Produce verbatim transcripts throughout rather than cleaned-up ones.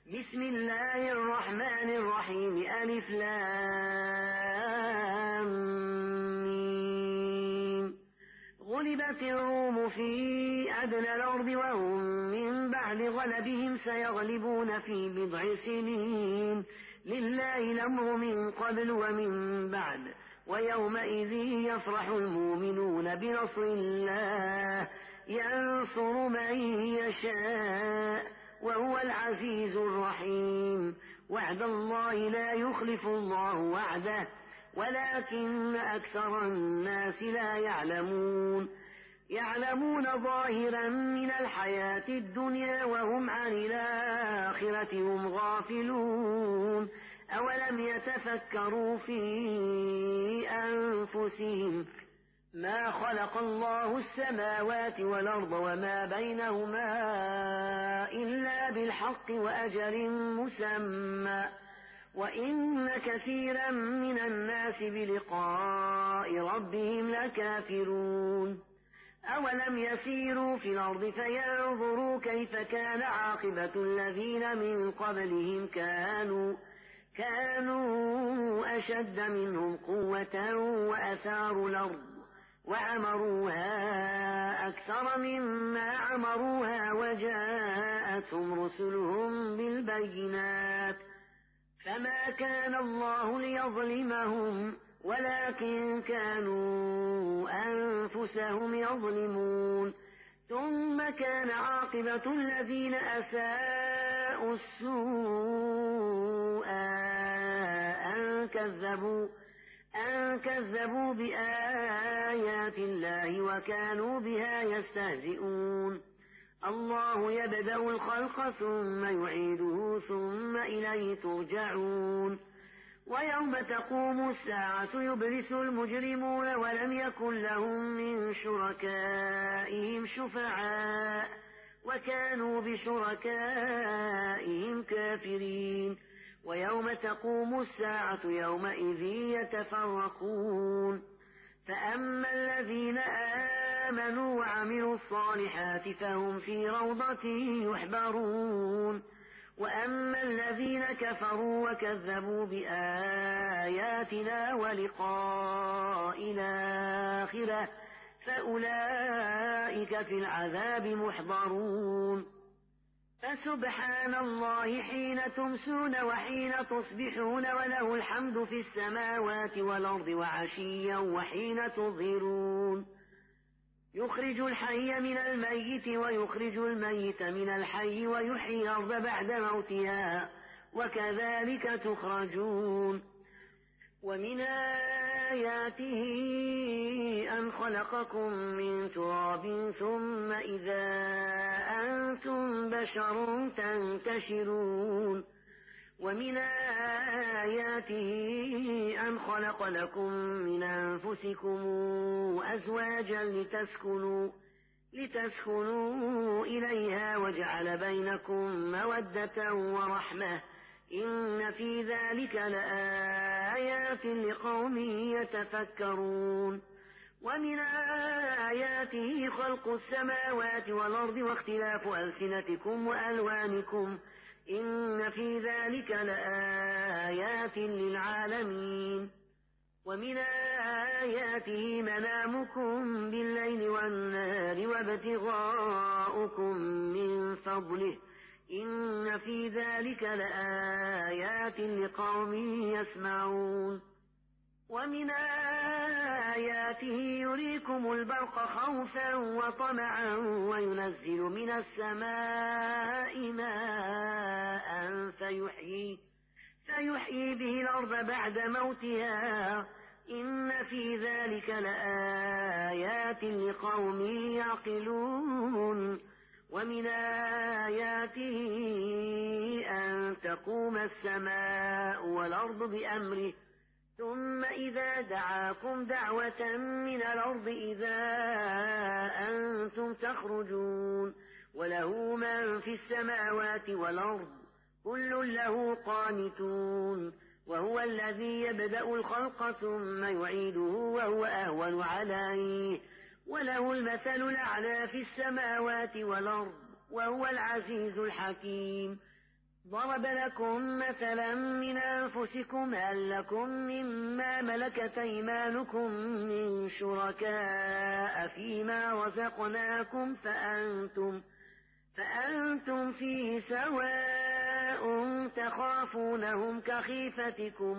بسم الله الرحمن الرحيم ألف لام ميم. غلبت الروم في أدنى الأرض وهم من بعد غلبهم سيغلبون في بضع سنين لله الأمر من قبل ومن بعد ويومئذ يفرح المؤمنون بنصر الله ينصر من يشاء وهو العزيز الرحيم. وعد الله لا يخلف الله وعده ولكن أكثر الناس لا يعلمون. يعلمون ظاهرا من الحياة الدنيا وهم عن الآخرة هم غافلون. أولم يتفكروا في أنفسهم ما خلق الله السماوات والأرض وما بينهما إلا بالحق وأجل مسمى وإن كثيرا من الناس بلقاء ربهم لكافرون. أولم يسيروا في الأرض فينظروا كيف كان عاقبة الذين من قبلهم كانوا كانوا أشد منهم قوة وأثاروا الأرض وعمروها أكثر مما عمروها وجاءتهم رسلهم بالبينات فما كان الله ليظلمهم ولكن كانوا أنفسهم يظلمون. ثم كان عاقبة الذين أساءوا السوء أن كذبوا أن كذبوا بآيات الله وكانوا بها يستهزئون. الله يبدأ الخلق ثم يعيده ثم إليه ترجعون. ويوم تقوم الساعة يبلس المجرمون ولم يكن لهم من شركائهم شفعاء وكانوا بشركائهم كافرين. ويوم تقوم الساعة يومئذ يتفرقون. فأما الذين آمنوا وعملوا الصالحات فهم في روضة يحبرون. وأما الذين كفروا وكذبوا بآياتنا ولقاء الآخرة فأولئك في العذاب محضرون. فسبحان الله حين تمسون وحين تصبحون وله الحمد في السماوات والأرض وعشيا وحين تظهرون. يخرج الحي من الميت ويخرج الميت من الحي ويحيي الأرض بعد موتها وكذلك تخرجون. ومن آياته أن خلقكم من تراب ثم إذا أنتم بشر تنتشرون. ومن آياته أن خلق لكم من أنفسكم أزواجا لتسكنوا لتسكنوا إليها وجعل بينكم مودة ورحمة إن في ذلك لآيات لقوم يتفكرون. ومن آياته خلق السماوات والأرض واختلاف ألسنتكم وألوانكم إن في ذلك لآيات للعالمين. ومن آياته منامكم بالليل والنهار وابتغاؤكم من فضله إن في ذلك لآيات لقوم يسمعون. ومن آياته يريكم البرق خوفا وطمعا وينزل من السماء ماء فيحيي, فيحيي به الأرض بعد موتها إن في ذلك لآيات لقوم يعقلون. ومن آياته أن تقوم السماء والأرض بأمره ثم إذا دعاكم دعوة من الأرض إذا أنتم تخرجون. وله من في السماوات والأرض كل له قانتون. وهو الذي يبدأ الخلق ثم يعيده وهو أهون عليه وله المثل الأعلى في السماوات والأرض وهو العزيز الحكيم. ضرب لكم مثلا من أنفسكم هل لكم مما ملكت أيمانكم من شركاء فيما رزقناكم فأنتم, فأنتم فيه سواء تخافونهم كخيفتكم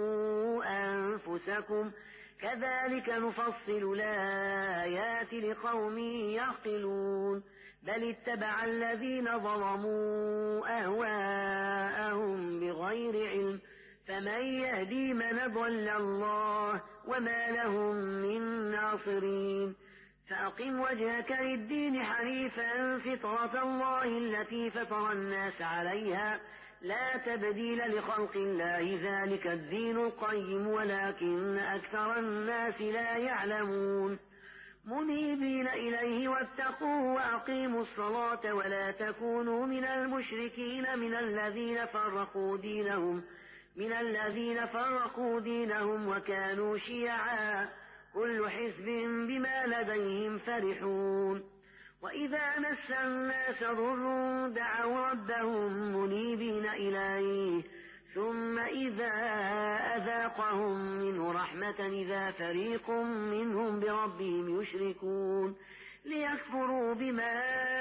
أنفسكم كذلك نفصل الآيات لقوم يعقلون بل اتبع الذين ظلموا أهواءهم بغير علم فمن يهدي من ضل الله وما لهم من ناصرين فأقم وجهك للدين حنيفا فطرة الله التي فطر الناس عليها لا تبديل لخلق الله ذلك الدين القيم ولكن أكثر الناس لا يعلمون منيبين إليه واتقوه وأقيموا الصلاة ولا تكونوا من المشركين من الذين فرقوا دينهم من الذين فرقوا دينهم وكانوا شيعا كل حزب بما لديهم فرحون وإذا مس الناس ضر دعوا ربهم منيبين إليه ثم إذا أذاقهم منه رحمة إذا فريق منهم بربهم يشركون ليكفروا بما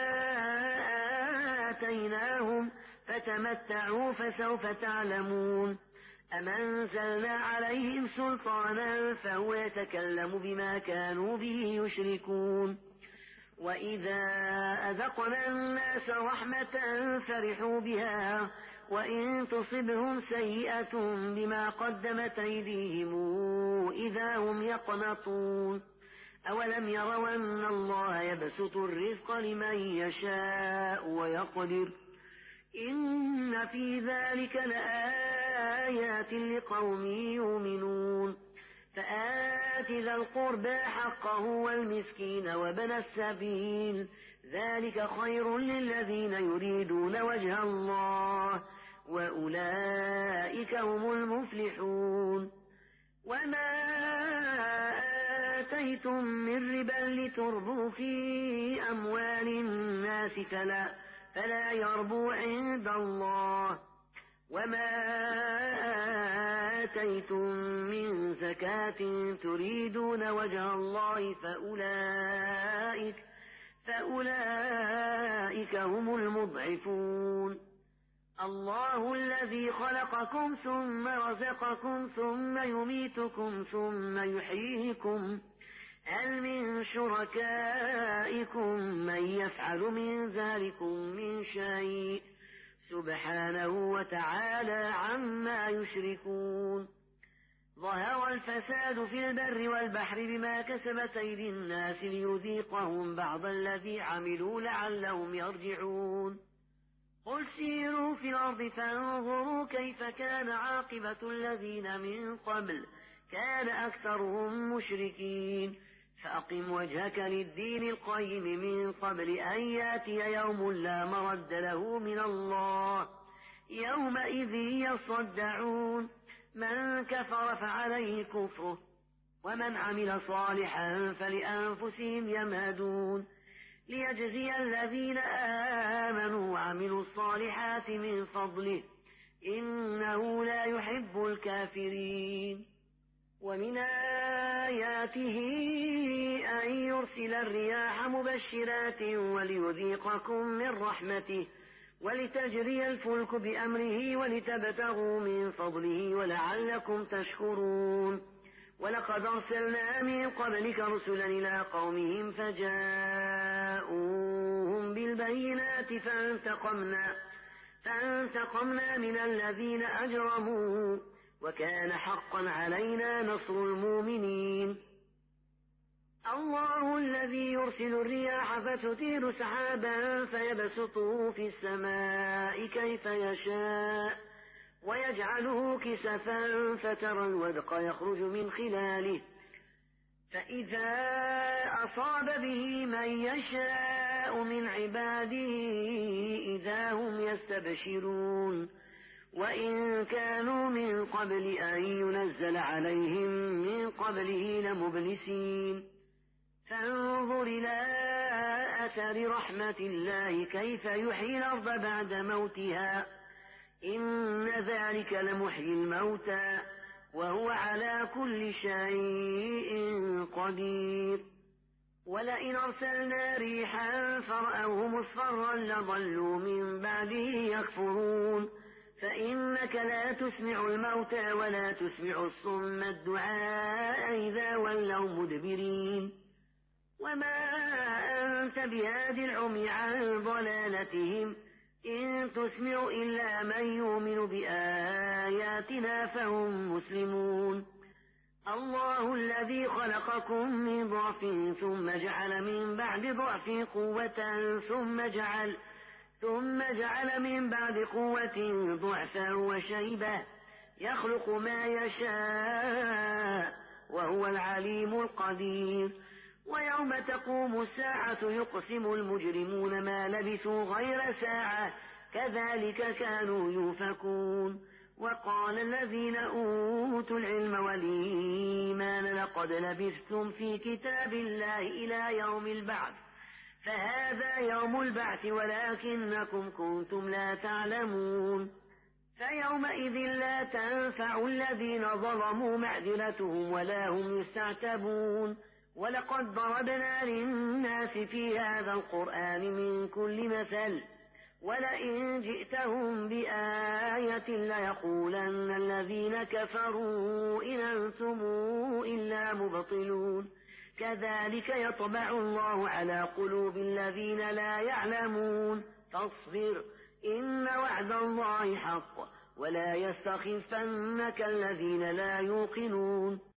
آتيناهم فتمتعوا فسوف تعلمون أم أنزلنا عليهم سلطانا فهو يتكلم بما كانوا به يشركون وإذا أذقنا الناس رحمة فرحوا بها وإن تصبهم سيئة بما قدمت أيديهم إذا هم يقنطون أولم يروا أن الله يبسط الرزق لمن يشاء ويقدر إن في ذلك لآيات لقوم يؤمنون فآت ذا القربى حقه والمسكين وابن السبيل ذلك خير للذين يريدون وجه الله وأولئك هم المفلحون وما آتيتم من ربا لتربوا في أموال الناس فلا, فلا يربو عند الله وما آتيتم من زكاة تريدون وجه الله فأولئك, فأولئك هم المضعفون الله الذي خلقكم ثم رزقكم ثم يميتكم ثم يحييكم هل من شركائكم من يفعل من ذلكم من شيء سبحانه وتعالى عما يشركون ظهر الفساد في البر والبحر بما كسبت أيدي الناس ليذيقهم بعض الذي عملوا لعلهم يرجعون قل سيروا في الأرض فانظروا كيف كان عاقبة الذين من قبل كان أكثرهم مشركين فأقم وجهك للدين القيم من قبل أن ياتي يوم لا مرد له من الله يومئذ يصدعون من كفر فعليه كفره ومن عمل صالحا فلأنفسهم يمهدون ليجزي الذين آمنوا وعملوا الصالحات من فضله إنه لا يحب الكافرين ومن آياته أن يرسل الرياح مبشرات وليذيقكم من رحمته ولتجري الفلك بأمره ولتبتغوا من فضله ولعلكم تشكرون ولقد أرسلنا من قبلك رسلا إلى قومهم فجاءوهم بالبينات فانتقمنا, فانتقمنا من الذين أجرموا وكان حقا علينا نصر المؤمنين الله الذي يرسل الرياح فتثير سحابا فيبسطه في السماء كيف يشاء ويجعله كسفا فترى الودق يخرج من خلاله فإذا أصاب به من يشاء من عباده إذا هم يستبشرون وإن كانوا من قبل أن ينزل عليهم من قبله لمبلسين فانظر إلى أثر رحمة الله كيف يحيي الأرض بعد موتها إن ذلك لمحيي الموتى وهو على كل شيء قدير ولئن أرسلنا ريحا فرأوه مصفرا لظلوا من بعده يكفرون فإنك لا تسمع الموتى ولا تسمع الصم الدعاء إذا ولوا مدبرين وما أنت بهاد العمي عن ضلالتهم إن تسمع إلا من يؤمن بآياتنا فهم مسلمون الله الذي خلقكم من ضعف ثم جعل من بعد ضعف قوة ثم جعل ثم جعل من بعد قوة ضعفا وشيبة يخلق ما يشاء وهو العليم القدير ويوم تقوم الساعة يقسم المجرمون ما لبثوا غير ساعة كذلك كانوا يؤفكون وقال الذين أوتوا العلم والإيمان لقد لبثتم في كتاب الله إلى يوم البعث فهذا يوم البعث ولكنكم كنتم لا تعلمون فيومئذ لا تنفع الذين ظلموا معذرتهم ولا هم يستعتبون ولقد ضربنا للناس في هذا القرآن من كل مثل ولئن جئتهم بآية ليقولن الذين كفروا إن أنتم إلا مبطلون كذلك يطبع الله على قلوب الذين لا يعلمون فاصبر إن وعد الله حق ولا يستخفنك الذين لا يوقنون